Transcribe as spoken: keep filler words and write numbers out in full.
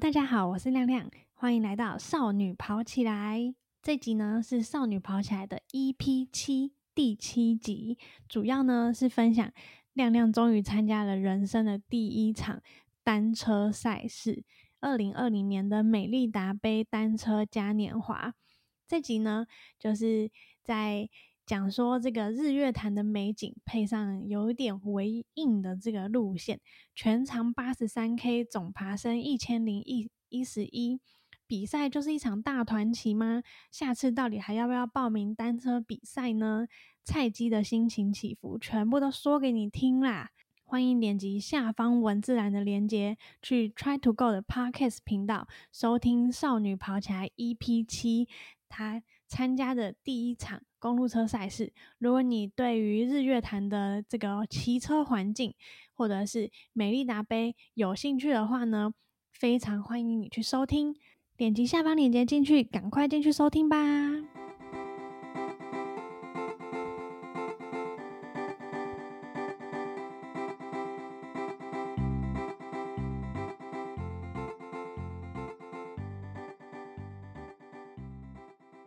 大家好，我是亮亮，欢迎来到少女跑起来。这集呢是少女跑起来的 E P 七第七集，主要呢是分享亮亮终于参加了人生的第一场单车赛事，二零二零年的美利达杯单车嘉年华。这集呢就是在讲说这个日月潭的美景，配上有一点微硬的这个路线，全长 八十三K， 总爬升一千零一十一，比赛就是一场大团旗吗？下次到底还要不要报名单车比赛呢？菜鸡的心情起伏全部都说给你听啦！欢迎点击下方文字栏的连结，去 Try to Go 的 Podcast 频道收听少女跑起来 E P 七， 她参加的第一场公路车赛事。如果你对于日月潭的这个骑车环境，或者是美利达杯有兴趣的话呢，非常欢迎你去收听，点击下方链接进去，赶快进去收听吧。